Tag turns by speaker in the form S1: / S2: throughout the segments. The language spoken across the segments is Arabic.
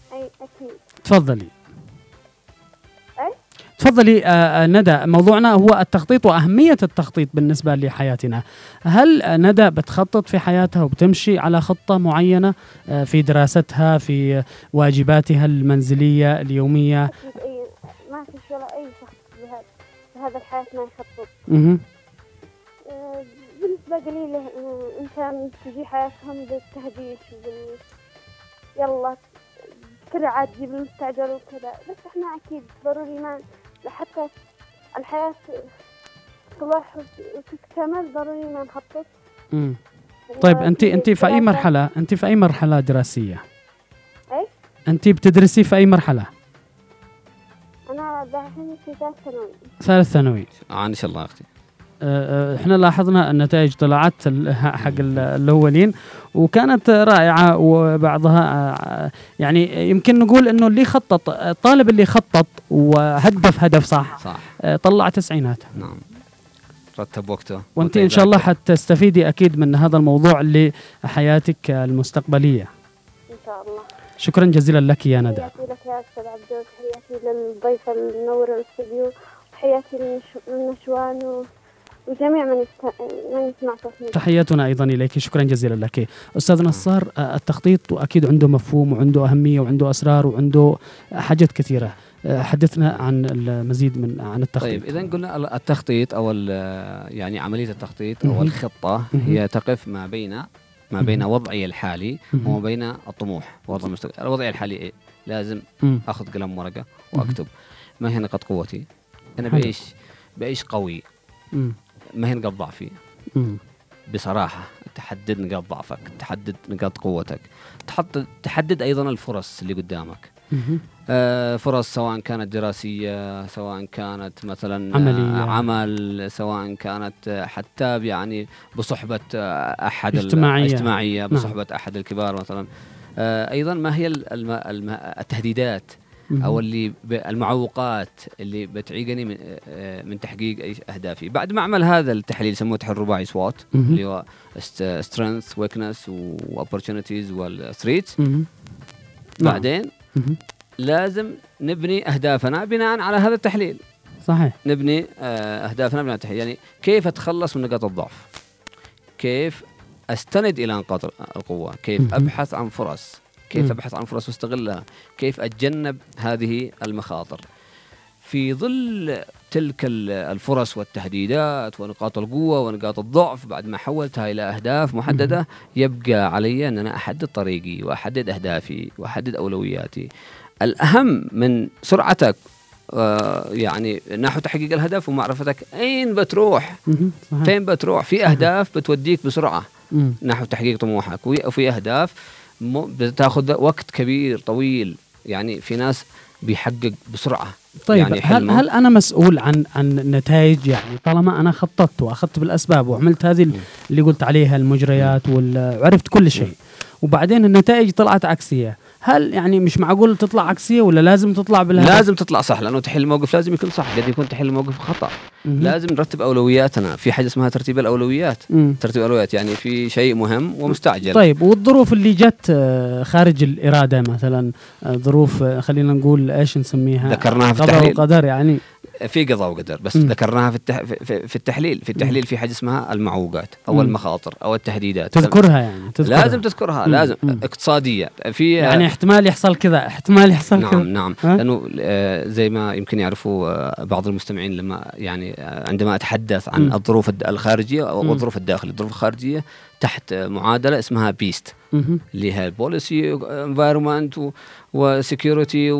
S1: أي أكيد.
S2: تفضلي.
S1: أي؟
S2: تفضلي ندى، موضوعنا هو التخطيط وأهمية التخطيط بالنسبة لحياتنا. هل ندى بتخطط في حياتها وبتمشي على خطة معينة في دراستها، في واجباتها المنزلية اليومية؟
S1: أكيد. أي، ما فيش ولا أي شخص بهذا الحياة ما يخطط. بالنسبة قليلة إنسان تجي حياتهم بالتهديش يلا بسرعة تجيب المستعجل وكذا، بس إحنا أكيد ضروري ما لحتى الحياة تصلح وتكتمل ضروري ما نخطط.
S2: طيب أنت في أي مرحلة؟ أنت في أي مرحلة دراسية؟
S1: أي؟
S2: أنت بتدرسي في أي مرحلة؟
S1: أنا دحين في
S2: ثالث ثانوي.
S3: إن شاء الله أختي.
S2: احنا لاحظنا النتائج طلعت حق الاولين وكانت رائعه، وبعضها يعني يمكن نقول انه اللي خطط، الطالب اللي خطط وهدف هدف صح طلع 90.
S3: نعم، رتب وقته.
S2: وانت ان شاء الله حتستفيدي اكيد من هذا الموضوع لحياتك المستقبليه
S1: ان شاء الله.
S2: شكرا جزيلا لك يا ندى.
S1: تحياتي لك يا استاذ عبدو، تحياتي للضيف المنور الاستوديو، تحياتي للنشوان وجميع من يسمع صوتنا.
S2: تحياتنا أيضا إليك، شكرا جزيلا لك أستاذ نصار. التخطيط أكيد عنده مفهوم وعنده أهمية وعنده أسرار وعنده حاجات كثيرة. حدثنا عن المزيد عن التخطيط.
S3: طيب إذا قلنا التخطيط أو يعني عملية التخطيط أو الخطة هي تقف ما بين وضعي الحالي وما بين الطموح ووضع المستقبل. الوضع الحالي إيه؟ لازم أخذ قلم ورقة وأكتب ما هي نقاط قوتي، أنا بعيش قوي، ما هي نقاط ضعفي. بصراحة تحدد نقاط ضعفك، تحدد نقاط قوتك، تحدد أيضا الفرص اللي قدامك. فرص سواء كانت دراسية، سواء كانت مثلا عمل، سواء كانت حتى يعني بصحبة أحد اجتماعية بصحبة أحد الكبار مثلا. أيضا ما هي التهديدات أو المعوقات اللي بتعيقني من تحقيق أهدافي. بعد ما أعمل هذا التحليل يسموه تحليل رباعي سوات اللي هو strengths weakness opportunities والthreats. بعدين لازم نبني أهدافنا بناء على هذا التحليل.
S2: صحيح،
S3: نبني أهدافنا بناء على التحليل. يعني كيف أتخلص من نقاط الضعف، كيف أستند إلى نقاط القوة، كيف أبحث عن فرص، كيف أبحث عن فرص واستغلها، كيف أتجنب هذه المخاطر. في ظل تلك الفرص والتهديدات ونقاط القوة ونقاط الضعف، بعد ما حولتها إلى أهداف محددة، يبقى علي أن أنا أحدد طريقي وأحدد أهدافي وأحدد أولوياتي. الأهم من سرعتك يعني نحو تحقيق الهدف ومعرفتك أين بتروح، فين بتروح. في أهداف بتوديك بسرعة نحو تحقيق طموحك، وفي أهداف بتاخذ وقت كبير طويل. يعني في ناس بيحقق بسرعة.
S2: طيب
S3: يعني
S2: هل أنا مسؤول عن النتائج؟ يعني طالما أنا خططت وأخذت بالأسباب وعملت هذه اللي قلت عليها المجريات وعرفت كل شيء، وبعدين النتائج طلعت عكسية، هل يعني مش معقول تطلع عكسية ولا لازم تطلع بالهدف؟
S3: لازم تطلع صح، لأنه تحل الموقف لازم يكون صح، قد يكون تحل الموقف خطأ. لازم نرتب أولوياتنا. في حاجة اسمها ترتيب الأولويات. ترتيب الأولويات يعني في شيء مهم ومستعجل.
S2: طيب والظروف اللي جت خارج الإرادة مثلا، ظروف خلينا نقول إيش نسميها،
S3: ذكرناها في
S2: التحليل، قضاء وقدر. يعني
S3: في قضاء وقدر، بس ذكرناها في التحليل. في التحليل في حاجة اسمها المعوقات أو المخاطر أو التهديدات.
S2: تذكرها يعني
S3: لازم تذكرها. لازم اقتصادية في
S2: يعني احتمال يحصل كذا، احتمال يحصل كذا.
S3: نعم لأنه زي ما يمكن يعرفوا بعض المستمعين، لما يعني عندما أتحدث عن الظروف الخارجية والظروف الداخلية. الظروف الخارجية تحت معادلة اسمها بيست اللي هي بوليسي انفايرمنت وسكيورتي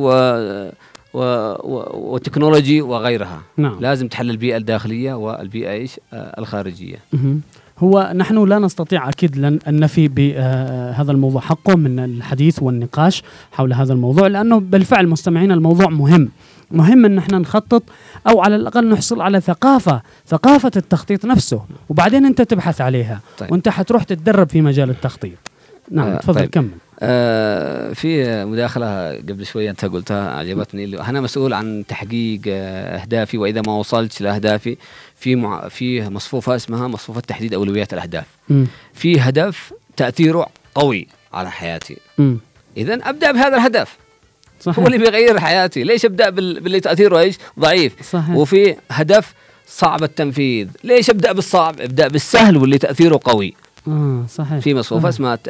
S3: وتكنولوجي وغيرها. لازم تحل البيئة الداخلية والبيئة الخارجية.
S2: هو نحن لا نستطيع أكيد أن نفي بهذا الموضوع حقه من الحديث والنقاش حول هذا الموضوع، لأنه بالفعل مستمعين الموضوع مهم أن نحن نخطط، أو على الأقل نحصل على ثقافة التخطيط نفسه، وبعدين أنت تبحث عليها. طيب. وأنت حتروح تتدرب في مجال التخطيط. نعم تفضل. طيب. كمل.
S3: في مداخلة قبل شوية أنت قلتها عجبتني، أنا مسؤول عن تحقيق أهدافي، وإذا ما وصلت لأهدافي في مصفوفة اسمها مصفوفة تحديد أولويات الأهداف. في هدف تأثيره قوي على حياتي، إذن أبدأ بهذا الهدف.
S2: صحيح.
S3: هو اللي بيغير حياتي. ليش ابدا باللي تاثيره ايش ضعيف
S2: صحيح.
S3: وفي هدف صعب التنفيذ؟ ليش ابدا بالصعب؟ ابدا بالسهل واللي تاثيره قوي.
S2: صحيح.
S3: في مصفوفه اسمها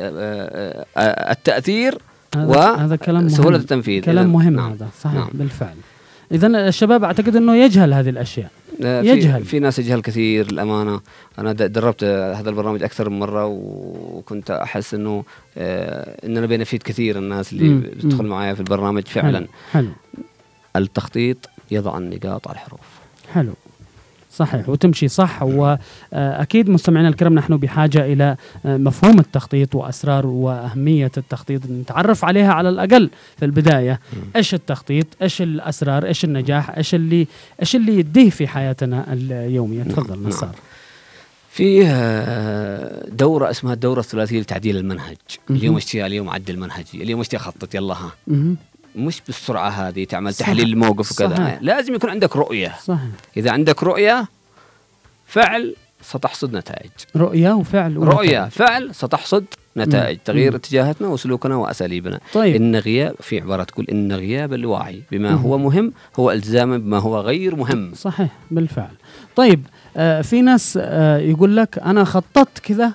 S3: التاثير
S2: هذا كلام
S3: وسهوله التنفيذ.
S2: كلام مهم.
S3: نعم.
S2: هذا صحيح.
S3: نعم.
S2: بالفعل. اذا الشباب اعتقد انه يجهل هذه الاشياء. يجهل.
S3: في ناس يجهل كثير الامانه. انا دربت هذا البرنامج اكثر من مره، وكنت احس انه اننا بنفيد كثير الناس اللي بتدخل معايا في البرنامج فعلا.
S2: حلو.
S3: التخطيط يضع النقاط على الحروف.
S2: حلو. صحيح، وتمشي صح. وأكيد مستمعينا الكرام نحن بحاجة إلى مفهوم التخطيط وأسرار وأهمية التخطيط، نتعرف عليها على الأقل في البداية. إيش التخطيط، إيش الأسرار، إيش النجاح، إيش اللي يديه في حياتنا اليومية. تفضل نصار.
S3: فيه دورة اسمها الدورة الثلاثية لتعديل المنهج. اليوم اشتي، اليوم عدل منهجي، اليوم اشتي اخطط، يلا ها. مش بالسرعة هذه تعمل تحليل الموقف وكذا. لازم يكون عندك رؤية.
S2: صحيح.
S3: إذا عندك رؤية فعل ستحصد نتائج.
S2: رؤية وفعل
S3: رؤية فعل ستحصد نتائج. تغيير اتجاهاتنا وسلوكنا وأساليبنا.
S2: طيب.
S3: إن غياب، في عبارة تقول إن غياب الوعي بما هو مهم هو التزام بما هو غير مهم.
S2: صحيح بالفعل. طيب في ناس يقول لك أنا خططت كذا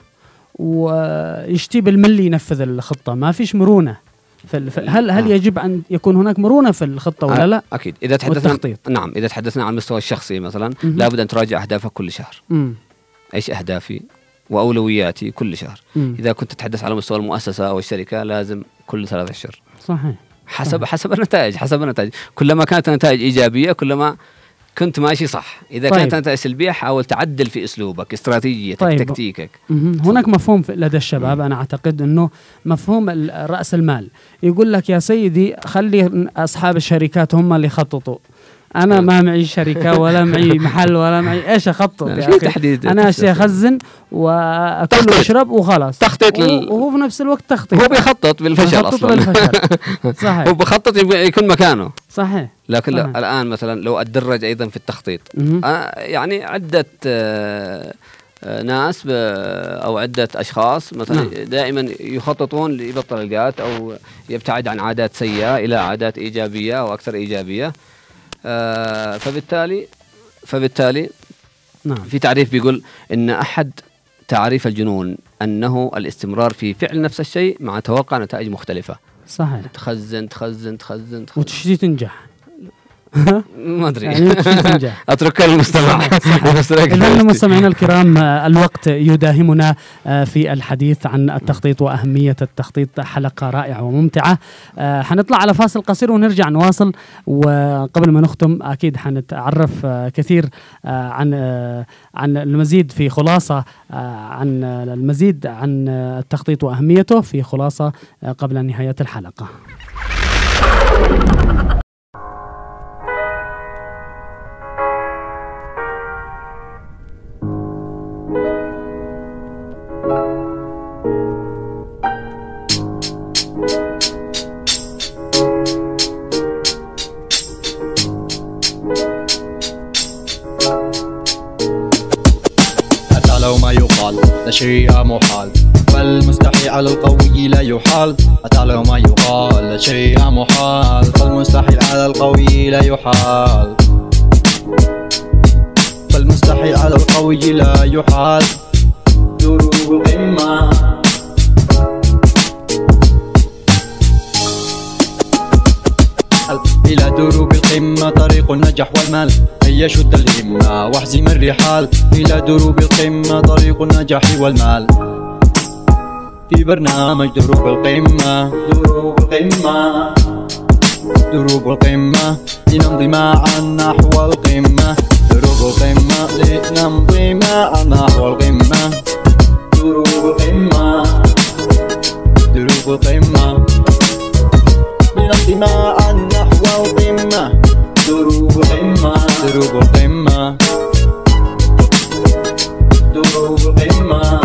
S2: ويشتي بالملي ينفذ الخطة، ما فيش مرونة. هل يجب أن يكون هناك مرونة في الخطة ولا لا؟
S3: أكيد. إذا تحدثنا نعم، إذا تحدثنا عن المستوى الشخصي مثلا لابد أن تراجع أهدافك كل شهر. إيش أهدافي وأولوياتي كل شهر. إذا كنت تتحدث على مستوى المؤسسة أو الشركة لازم كل 3 أشهر.
S2: صحيح.
S3: حسب النتائج. كلما كانت النتائج إيجابية كلما كنت ماشي صح. إذا كانت نتائج سلبية حاول تعدل في أسلوبك، استراتيجيتك، تكتيكك.
S2: هناك مفهوم لدى الشباب أنا أعتقد أنه مفهوم رأس المال. يقول لك يا سيدي خلي أصحاب الشركات هم اللي يخططوا، أنا ما معي شركة ولا معي محل ولا معي إيش أخطط يا أخي. أنا أشتري أخزن وأكل وأشرب وخلاص.
S3: تخطيط
S2: وهو في نفس الوقت تخطيط.
S3: هو بيخطط بالفشل أصلا.
S2: صحيح.
S3: هو بخطط يكون مكانه.
S2: صحيح.
S3: لكن الآن مثلا لو أتدرج أيضا في التخطيط، يعني عدة ناس أو عدة أشخاص مثلا دائما يخططون لبطل الجات أو يبتعد عن عادات سيئة إلى عادات إيجابية أو أكثر إيجابية. فبالتالي في تعريف بيقول إن أحد تعريف الجنون أنه الاستمرار في فعل نفس الشيء مع توقع نتائج مختلفة.
S2: صحيح.
S3: تخزن
S2: وتشتي تنجح.
S3: ما ادري
S2: يعني
S3: اترك المستمع.
S2: إذن مستمعينا الكرام الوقت يداهمنا في الحديث عن التخطيط وأهمية التخطيط. حلقة رائعة وممتعة. حنطلع على فاصل قصير ونرجع نواصل. وقبل ما نختم أكيد حنتعرف كثير عن المزيد في خلاصة عن المزيد عن التخطيط وأهميته في خلاصة قبل نهاية الحلقة.
S4: لو ما يقال لا شيء محال، فالمستحيل على القوي لا يحال. أتى لو ما يقال لا شيء محال، فالمستحيل على القوي لا يحال. فالمستحيل على القوي لا يحال. دروب القمة إلى دروب القمة طريق النجاح والمال. هيا شد الهمة واحزم الرحال إلى دروب القمة طريق النجاح والمال. في برنامج دروب القمة، دروب القمة، دروب القمة لنمضي معا نحو القمة. دروب القمة لنمضي معا نحو القمة. دروب القمة، دروب القمة لنمضي معا نحو القمة. دروب القمة، دروب القمة، دروب القمة.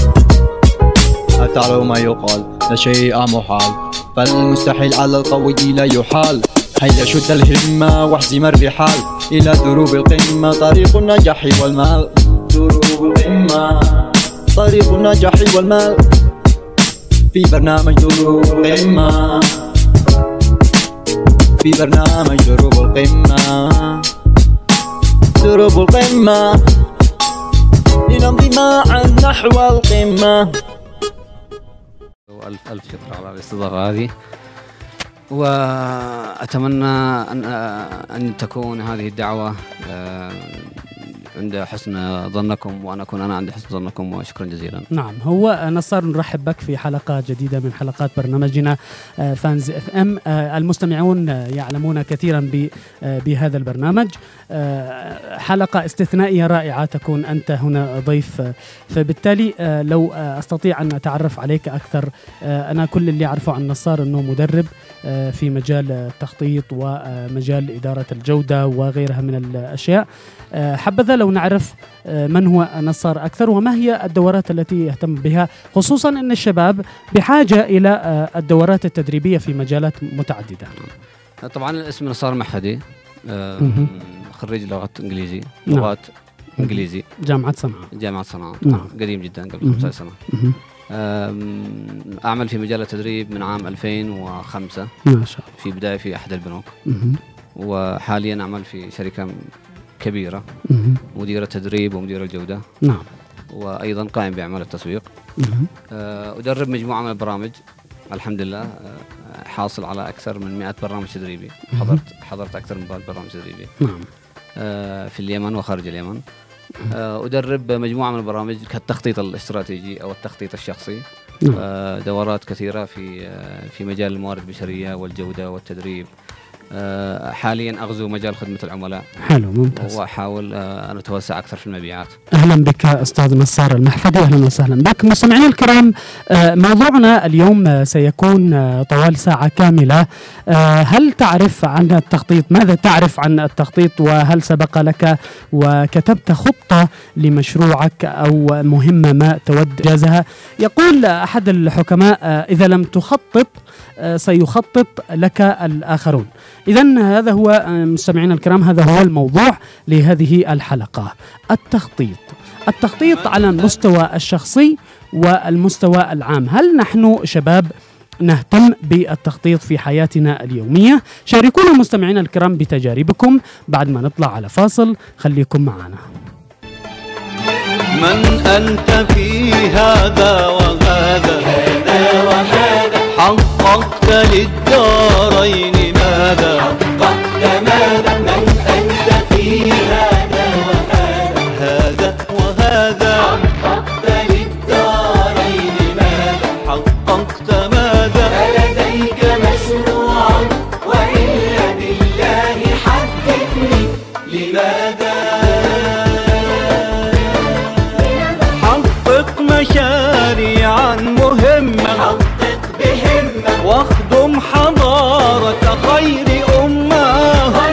S4: أتعلو ما يقال لا شيء محال، فالمستحيل على القوي لا يحال. هيا شد الهمة واحزم الرحال إلى دروب القمة طريق النجاح والمال. دروب القمة طريق النجاح والمال. في برنامج دروب القمة. في برنامج دروب القمة. دروب القمة لنمضي معا نحو القمة.
S3: ألف شكر على الاستضافة هذه، وأتمنى أن تكون هذه الدعوة عند حسن ظنكم، وأن أكون أنا عند حسن ظنكم، وشكرا جزيلا.
S2: نعم، هو نصار نرحب بك في حلقة جديدة من حلقات برنامجنا فانز اف ام. المستمعون يعلمون كثيرا بهذا البرنامج، حلقة استثنائية رائعة، تكون أنت هنا ضيف، فبالتالي لو أستطيع أن أتعرف عليك أكثر. أنا كل اللي أعرفه عن نصار أنه مدرب في مجال التخطيط ومجال إدارة الجودة وغيرها من الأشياء. حبذا لو نعرف من هو نصار أكثر، وما هي الدورات التي يهتم بها، خصوصا أن الشباب بحاجة إلى الدورات التدريبية في مجالات متعددة.
S3: طبعا الاسم نصار محفدي، خريج لغات إنجليزي،
S2: نعم.
S3: لغات إنجليزي، جامعة صنعاء.
S2: نعم.
S3: قديم جدا، قبل 15 سنة. أعمل في مجال التدريب من عام 2005
S2: ما شاء الله،
S3: في بداية في أحد البنوك، وحاليا أعمل في شركة كبيرة، مدير التدريب ومدير الجودة.
S2: نعم.
S3: وأيضا قائم بأعمال التسويق. أدرب مجموعة من البرامج، الحمد لله، حاصل على أكثر من 100 برنامج تدريبي. حضرت أكثر من 100 برنامج تدريبي.
S2: نعم.
S3: في اليمن وخارج اليمن. أدرب مجموعة من البرامج كالتخطيط الاستراتيجي أو التخطيط الشخصي. دورات كثيرة في مجال الموارد البشرية والجودة والتدريب. حاليا أغزو مجال خدمة العملاء.
S2: حلو، ممتاز.
S3: وأحاول أن أتوسع أكثر في المبيعات.
S2: أهلا بك أستاذ نصار المحفدي، أهلا وسهلا بك. مستمعينا الكرام، موضوعنا اليوم سيكون طوال ساعة كاملة. هل تعرف عن التخطيط؟ ماذا تعرف عن التخطيط؟ وهل سبق لك وكتبت خطة لمشروعك أو مهمة ما تود إنجازها؟ يقول أحد الحكماء: إذا لم تخطط سيخطط لك الآخرون. إذن هذا هو مستمعينا الكرام، هذا هو الموضوع لهذه الحلقة: التخطيط على المستوى الشخصي والمستوى العام. هل نحن شباب نهتم بالتخطيط في حياتنا اليومية؟ شاركونا مستمعينا الكرام بتجاربكم بعد ما نطلع على فاصل، خليكم معنا.
S5: من أنت في هذا وهذا، حققت للدارين ماذا؟ حققت ماذا؟ من أنت في هذا وهذا، وهذا حققت للدارين ماذا؟ حققت ماذا؟ ألديك مشروع وإلا بالله حدثني لماذا؟ حقق مشاريعا مهمة، واخدم حضارة خير أمة.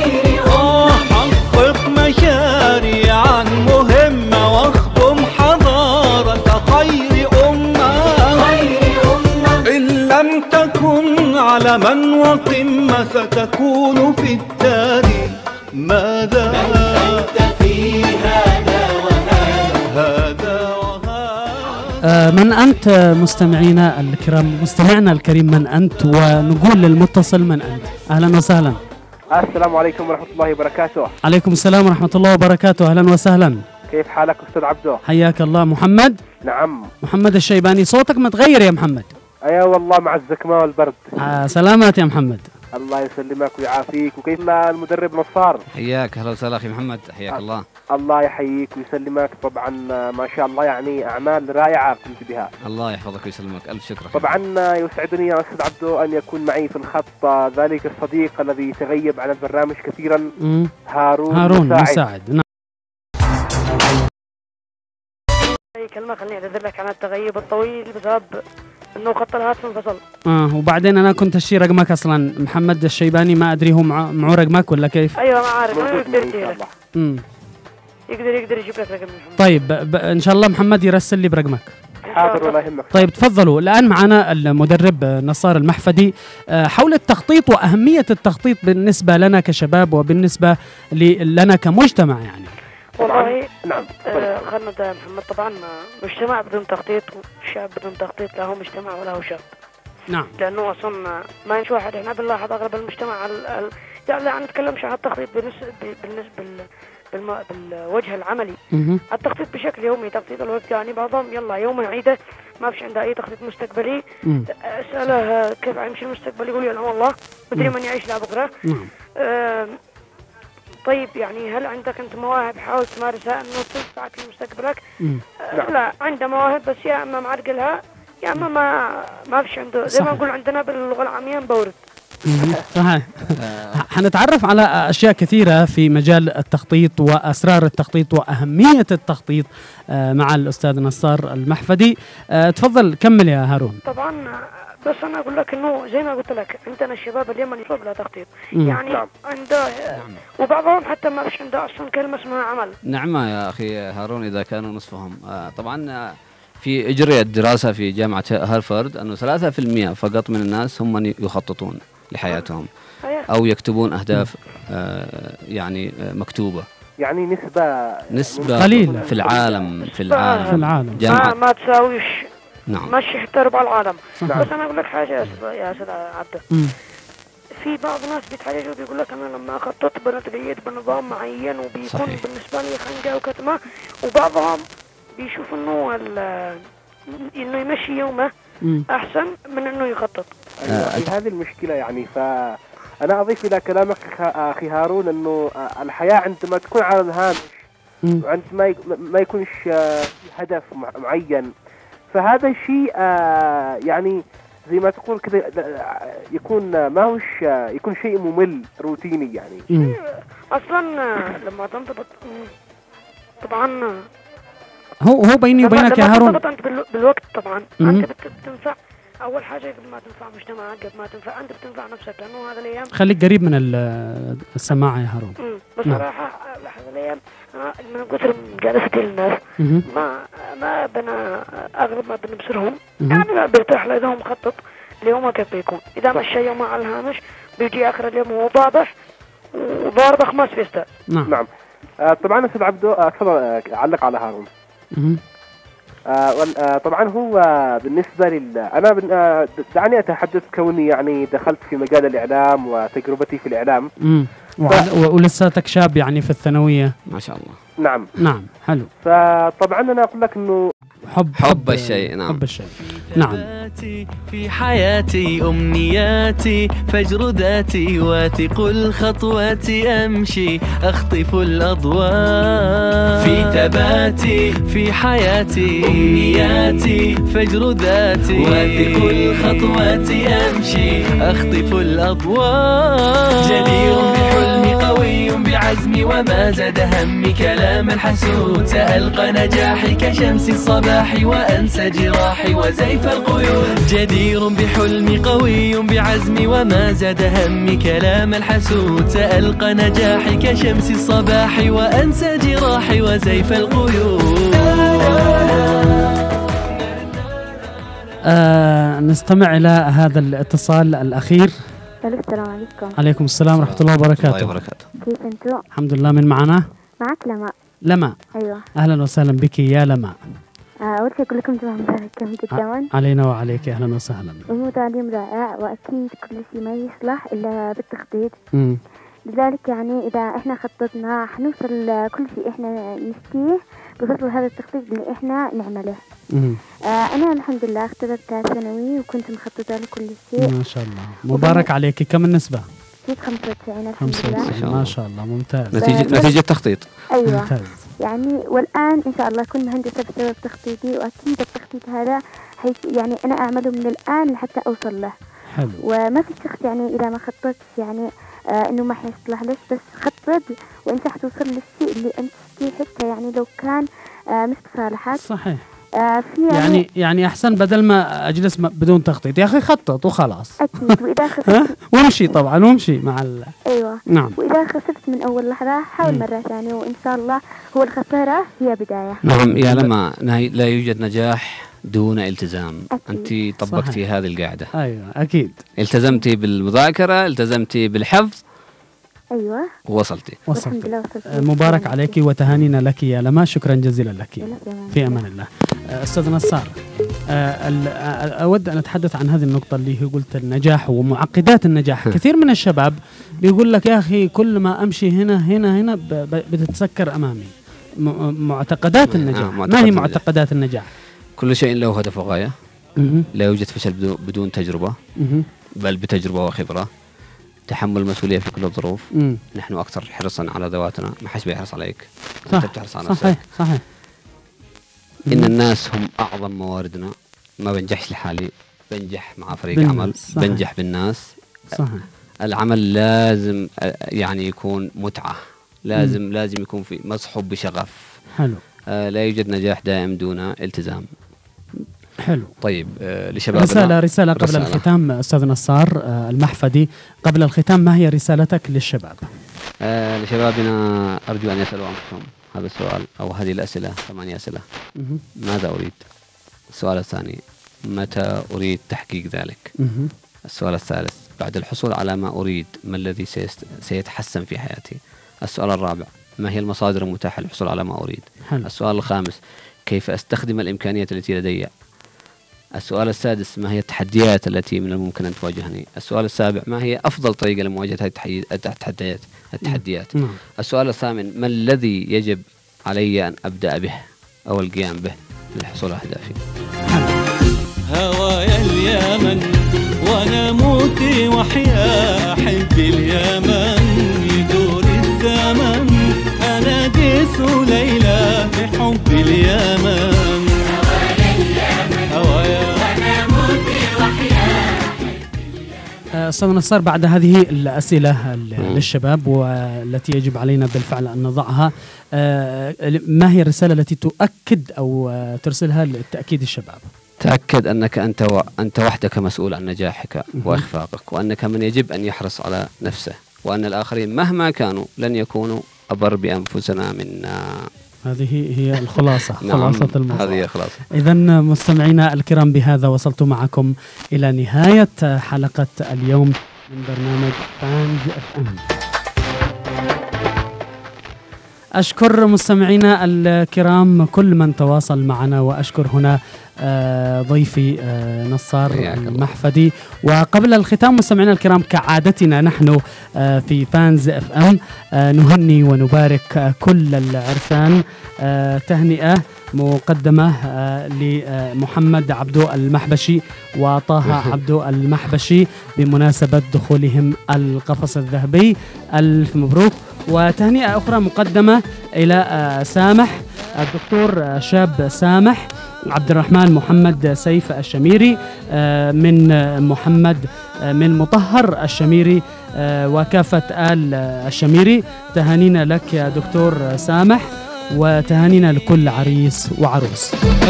S5: حقق مشاريعا مهمة، واخدم حضارة خير أمة. إن لم تكن علما وقمة ستكون في التاريخ ماذا؟ أنت في هذا وهذا
S2: من أنت مستمعينا الكرام، مستمعنا الكريم، من أنت؟ ونقول للمتصل: من أنت؟ أهلا وسهلا.
S6: السلام عليكم ورحمة الله وبركاته.
S2: عليكم السلام ورحمة الله وبركاته، أهلا وسهلا.
S6: كيف حالك أستاذ عبدو؟
S2: حياك الله. محمد؟
S6: نعم،
S2: محمد الشيباني. صوتك متغير يا محمد.
S6: أيوة والله، مع الزكمة والبرد.
S2: سلامات يا محمد.
S6: الله يسلمك ويعافيك. وكيف المدرب نصار؟
S3: حياك، هلا وسهلا أخي محمد، حياك الله.
S6: الله يحييك ويسلمك. طبعا ما شاء الله، يعني أعمال رائعة قمت بها.
S3: الله يحفظك ويسلمك، ألف شكر.
S6: طبعا يسعدني يا أستاذ عبدو أن يكون معي في الخط ذلك الصديق الذي تغيب عن البرنامج كثيرا، هارون مساعد.
S2: نعم.
S7: كلمة خليني أعتذر لك عن التغيب الطويل بسبب انه خط الهاتف انفصل.
S2: وبعدين انا كنت اشتري رقمك اصلا، محمد الشيباني، ما ادري هو معه رقمك ولا كيف؟
S7: ايوه ما عارف، ما يقدر يجيب لك رقم محمد.
S2: طيب ان شاء الله محمد يرسل لي برقمك.
S6: حاضر ولا يهمك.
S2: طيب تفضلوا. الان معنا المدرب نصار المحفدي حول التخطيط واهمية التخطيط بالنسبة لنا كشباب وبالنسبة لنا كمجتمع يعني.
S7: والله
S6: نعم.
S7: خلنا محمد، طبعا مجتمع بدون تخطيط وشعب بدون تخطيط لا هو مجتمع ولا هو شعب. نعم. لأنه أصلا ما ينش واحد، إحنا بنلاحظ أغلب المجتمع لا نتكلمش عن التخطيط بالوجه العملي. التخطيط بشكل يومي، تخطيط الوقت، يعني بعضهم يلا يوم عيده ما فيش عنده أي تخطيط مستقبلي. أسأله كيف يمشي المستقبل يقول يعلم الله مدري من يعيش لبكرة. طيب يعني هل عندك أنت مواهب حاول تمارسها أنه تنفعك لمستقبلك؟ لا، عنده مواهب بس يا أما معرقلها يا أما ما فيش عنده، زي ما نقول عندنا باللغة العامية مبورد.
S2: صحيح. حنتعرف على أشياء كثيرة في مجال التخطيط وأسرار التخطيط وأهمية التخطيط مع الأستاذ نصار المحفدي. تفضل كمل يا هارون.
S7: طبعا بس أنا أقول لك إنه زي ما قلت لك عندنا الشباب اليمني يطلب له تخطيط، يعني عنده وبعضهم حتى ما فيش عنده أصلا كلمة اسمها عمل.
S3: نعمة يا أخي هارون إذا كانوا نصفهم. طبعا في إجريت دراسة في جامعة هارفارد أنه 3% فقط من الناس هم من يخططون لحياتهم أو يكتبون أهداف يعني مكتوبة،
S6: يعني
S3: نسبة
S2: قليلة
S3: في العالم
S7: ما تساويش.
S3: نعم.
S7: ماشي حتى ربع العالم. بس أنا أقول لك حاجة يا أستاذ عبده، في بعض الناس بيتحججوا بيقول لك أنا لما أخطط بنتقيد بنظام معين وبيكون بالنسبة لي خنقة وكتمة، وبعضهم بيشوف إنه يمشي يومه أحسن من إنه يخطط.
S6: هذه المشكلة يعني. فأنا أضيف إلى كلامك أخي هارون إنه الحياة عندما تكون على الهامش وعندما ما يكونش هدف معين، فهذا الشيء يعني زي ما تقول كذا يكون ما هوش يكون شيء ممل روتيني يعني.
S7: أصلا لما تنضبط طبعا
S2: هو بيني وبينك يا هارون
S7: أنت بالوقت طبعا أنت بتنفع أول حاجة قبل ما تنفع مجتمعك، قبل ما تنفع أنت بتنفع نفسك، لأنه هذا الأيام
S2: خليك قريب من السماعة يا هارون.
S7: بصراحة هذا الأيام من كثر مجالستي للناس ما بنا أغلب ما بنبصرهم يعني ما برتاح لهم مخطط اليوم كيف بيكون. إذا مشى يوم على الهامش بيجي آخر اليوم هو ضابح وضارب خماس فيستا.
S6: نعم. طبعا أستاذ عبده تفضل علق على هارون. طبعا هو بالنسبة أنا دعني أتحدث كوني يعني دخلت في مجال الإعلام وتجربتي في الإعلام.
S2: ولساتك شاب يعني في الثانوية
S3: ما شاء الله.
S6: نعم
S2: حلو.
S6: فطبعا أنا أقول لك إنه
S3: حب الشيء. نعم.
S2: حب الشيء. نعم.
S8: في حياتي أمنياتي فجر ذاتي واثق الخطوات أمشي أخطف الأضواء في ثباتي في حياتي أمنياتي فجر ذاتي واثق الخطوات أمشي أخطف الأضواء جدير بحلمي قوي بعزمي وما زاد همي كلاما حسود سألقى نجاحي كشمس الصباح وأنسى جراحي وزيف القيود جدير بحلمي قوي بعزمي وما زاد همي كلام الحسود سألقى نجاحي كشمس الصباح وأنسى جراحي وزيف القيود.
S2: نستمع إلى هذا الاتصال الأخير.
S1: السلام عليكم.
S2: عليكم السلام ورحمة الله وبركاته.
S1: كيف أنتوا؟
S2: الحمد لله. من معنا؟
S1: معك
S2: لماء.
S1: أيوة.
S2: أهلا وسهلا بك يا لماء.
S1: أول شيء أقول لكم جمعة مباركة من قدام.
S2: علينا وعليك. أهلا وسهلا.
S1: تعليم رائع وأكيد كل شيء ما يصلح إلا بالتخطيط. لذلك يعني إذا إحنا خططنا حنوصل لكل شيء إحنا نشتيه بفضل هذا التخطيط اللي إحنا نعمله. أنا الحمد لله اخترت ثانوي وكنت مخططة لكل شيء.
S2: ما شاء الله. مبارك عليك. كم النسبة؟
S1: 95 الحمد لله.
S2: ما شاء الله. ممتاز.
S3: نتيجة تخطيط.
S1: أيوة.
S2: ممتاز.
S1: يعني والآن إن شاء الله أكون مهندسة بسبب تخطيطي، وأكيد التخطيط هذا يعني أنا أعمله من الآن لحتى أوصل له.
S2: حلو.
S1: وما في شخص يعني إذا ما خططت يعني إنه ما حيصلح لك، بس خطط وأنت حتوصل للشيء اللي أنت تشتيه حتى يعني لو كان مش بصالحك.
S2: صحيح. في يعني أحسن بدل ما أجلس بدون تخطيط يا أخي خطط وخلاص.
S1: أكيد. وإذا خسرت
S2: وامشي طبعا وامشي مع
S1: أيوة.
S2: نعم.
S1: وإذا خسرت من أول لحظة حاول مرة ثانية وإن شاء الله هو الخسارة هي بداية.
S3: نعم يا لما لا يوجد نجاح دون التزام.
S1: أكيد.
S3: أنت طبقتي هذه القاعدة.
S2: أيوة أكيد.
S3: التزمتي بالمذاكرة، التزمتي بالحفظ.
S1: أيوة.
S3: وصلتي.
S2: مبارك عليك وتهانينا لك يا لما. شكرا جزيلا لك. في أمان الله. أستاذ نصار. أود أن أتحدث عن هذه النقطة اللي هي قلت النجاح ومعقدات النجاح. كثير من الشباب بيقول لك يا أخي كل ما أمشي هنا بتتسكر أمامي. معتقدات النجاح، ما هي معتقدات النجاح؟
S3: كل شيء له هدف وغاية. لا يوجد فشل بدون تجربة، بل بتجربة وخبرة. تحمل المسؤولية في كل الظروف. نحن أكثر حرصا على ذواتنا، ما حد بيحرص عليك، أنت بتحرص على نفسك.
S2: صحيح.
S3: إن الناس هم أعظم مواردنا. ما بنجحش لحالي، بنجح مع فريق عمل. صحيح. بنجح بالناس. صحيح. العمل لازم يعني يكون متعة، لازم يكون في مصحوب بشغف. حلو. لا يوجد نجاح دائم دون التزام.
S2: حلو.
S3: طيب لشبابنا
S2: رسالة قبل الختام أستاذ نصار المحفدي، قبل الختام ما هي رسالتك للشباب؟
S3: لشبابنا أرجو أن يسألوا أنفسهم هذا السؤال أو هذه الأسئلة، 8 أسئلة. ماذا أريد؟ السؤال الثاني، متى أريد تحقيق ذلك؟ السؤال الثالث، بعد الحصول على ما أريد ما الذي سيتحسن في حياتي؟ السؤال الرابع، ما هي المصادر المتاحة للحصول على ما أريد؟ حلو. السؤال الخامس، كيف أستخدم الإمكانيات التي لدي؟ السؤال السادس، ما هي التحديات التي من الممكن أن تواجهني؟ السؤال السابع، ما هي أفضل طريقة لمواجهة التحديات؟ السؤال الثامن، ما الذي يجب علي أن أبدأ به أو القيام به للحصول على أهدافي؟
S5: هوايا اليمن وأنا موتي وحيا حبي اليمن يدور الزمن أنا ديس ليلى بحب اليمن.
S2: أستاذ نصار، بعد هذه الأسئلة للشباب والتي يجب علينا بالفعل أن نضعها، ما هي الرسالة التي تؤكد أو ترسلها لتأكيد الشباب؟
S3: تأكد أنك أنت وحدك مسؤول عن نجاحك وإخفاقك، وأنك من يجب أن يحرص على نفسه، وأن الآخرين مهما كانوا لن يكونوا أبر بأنفسنا منا.
S2: هذه هي الخلاصة. خلاصة الموضوع.
S3: هذه خلاصة.
S2: إذن مستمعينا الكرام، بهذا وصلت معكم إلى نهاية حلقة اليوم من برنامج فانز FM. أشكر مستمعينا الكرام كل من تواصل معنا، وأشكر هنا ضيفي نصار المحفدي. وقبل الختام مستمعينا الكرام، كعادتنا نحن في فانز FM نهني ونبارك كل العرسان. تهنئة مقدمة لمحمد عبدو المحبشي وطه عبدو المحبشي بمناسبة دخولهم القفص الذهبي، ألف مبروك. وتهنئة أخرى مقدمة إلى سامح، الدكتور شاب سامح عبد الرحمن محمد سيف الشميري، من محمد من مطهر الشميري وكافة آل الشميري. تهانينا لك يا دكتور سامح، وتهانينا لكل عريس وعروس.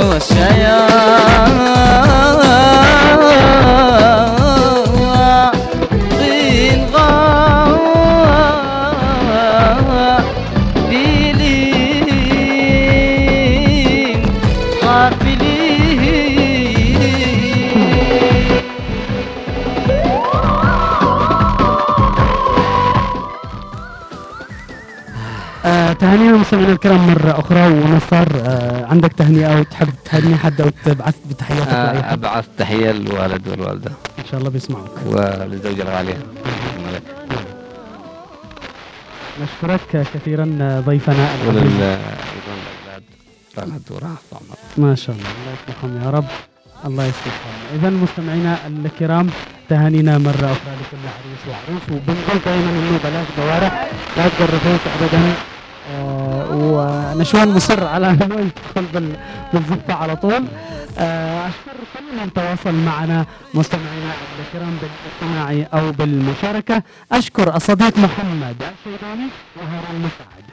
S2: تهانينا مستمعينا الكرام مرة أخرى. ونصار عندك تهنئة أو تحب تهني حد أو تبعث بتحياتك؟
S3: أبعث تحية للوالد والوالدة
S2: إن شاء الله بيسمعوك،
S3: وللزوجة الغالية.
S2: نشكرك كثيرا ضيفنا
S3: وللأولاد رغد ورهف عمر.
S2: ما شاء الله، الله يصلحهم يا رب، الله يصلحهم. إذا مستمعينا الكرام، تهانينا مرة أخرى لكل عريس وعروس، وبنقول دائما إنه بلاش بوارح، لا تجربوش أبدا. ونشوان مصر على أنه يدخل بالزفة على طول. أشكر كل من تواصل معنا مستمعينا الكرام بالاستماع أو بالمشاركة. أشكر الصديق محمد الشيباني وهارون مساعد.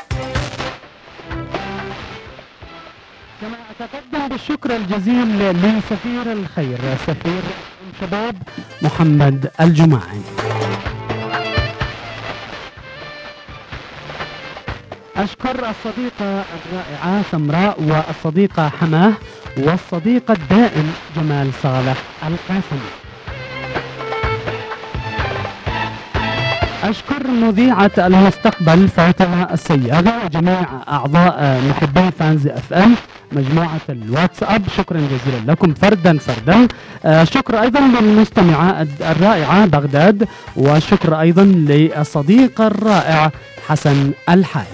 S2: كما أتقدم بالشكر الجزيل لسفير الخير، سفير الشباب محمد الجماعي. أشكر الصديقة الرائعة سمراء، والصديقة حماه، والصديق الدائم جمال صالح القاسمي. أشكر مذيعة المستقبل فاطمة السياغي وجميع أعضاء محبي فانز اف ام مجموعة الواتساب، شكرا جزيلا لكم فردا. شكر أيضا للمستمعة الرائعة بغداد، وشكر أيضا للصديق الرائع حسن الحاج.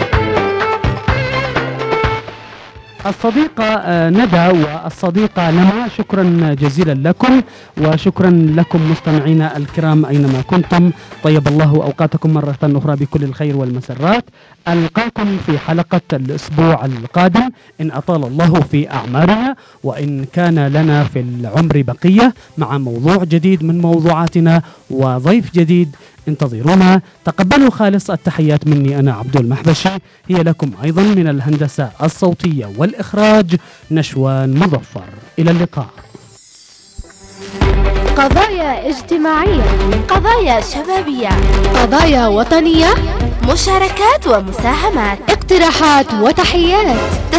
S2: الصديقة ندى والصديقة لما، شكرا جزيلا لكم، وشكرا لكم مستمعينا الكرام أينما كنتم. طيب الله أوقاتكم مرة أخرى بكل الخير والمسرات. ألقاكم في حلقة الأسبوع القادم إن أطال الله في أعمارنا، وإن كان لنا في العمر بقية، مع موضوع جديد من موضوعاتنا وضيف جديد. انتظرونا. تقبلوا خالص التحيات مني أنا عبد المحبشي، هي لكم أيضا من الهندسة الصوتية والإخراج نشوان مظفر. إلى اللقاء.
S9: قضايا اجتماعية، قضايا شبابية، قضايا وطنية، مشاركات ومساهمات، اقتراحات وتحيات.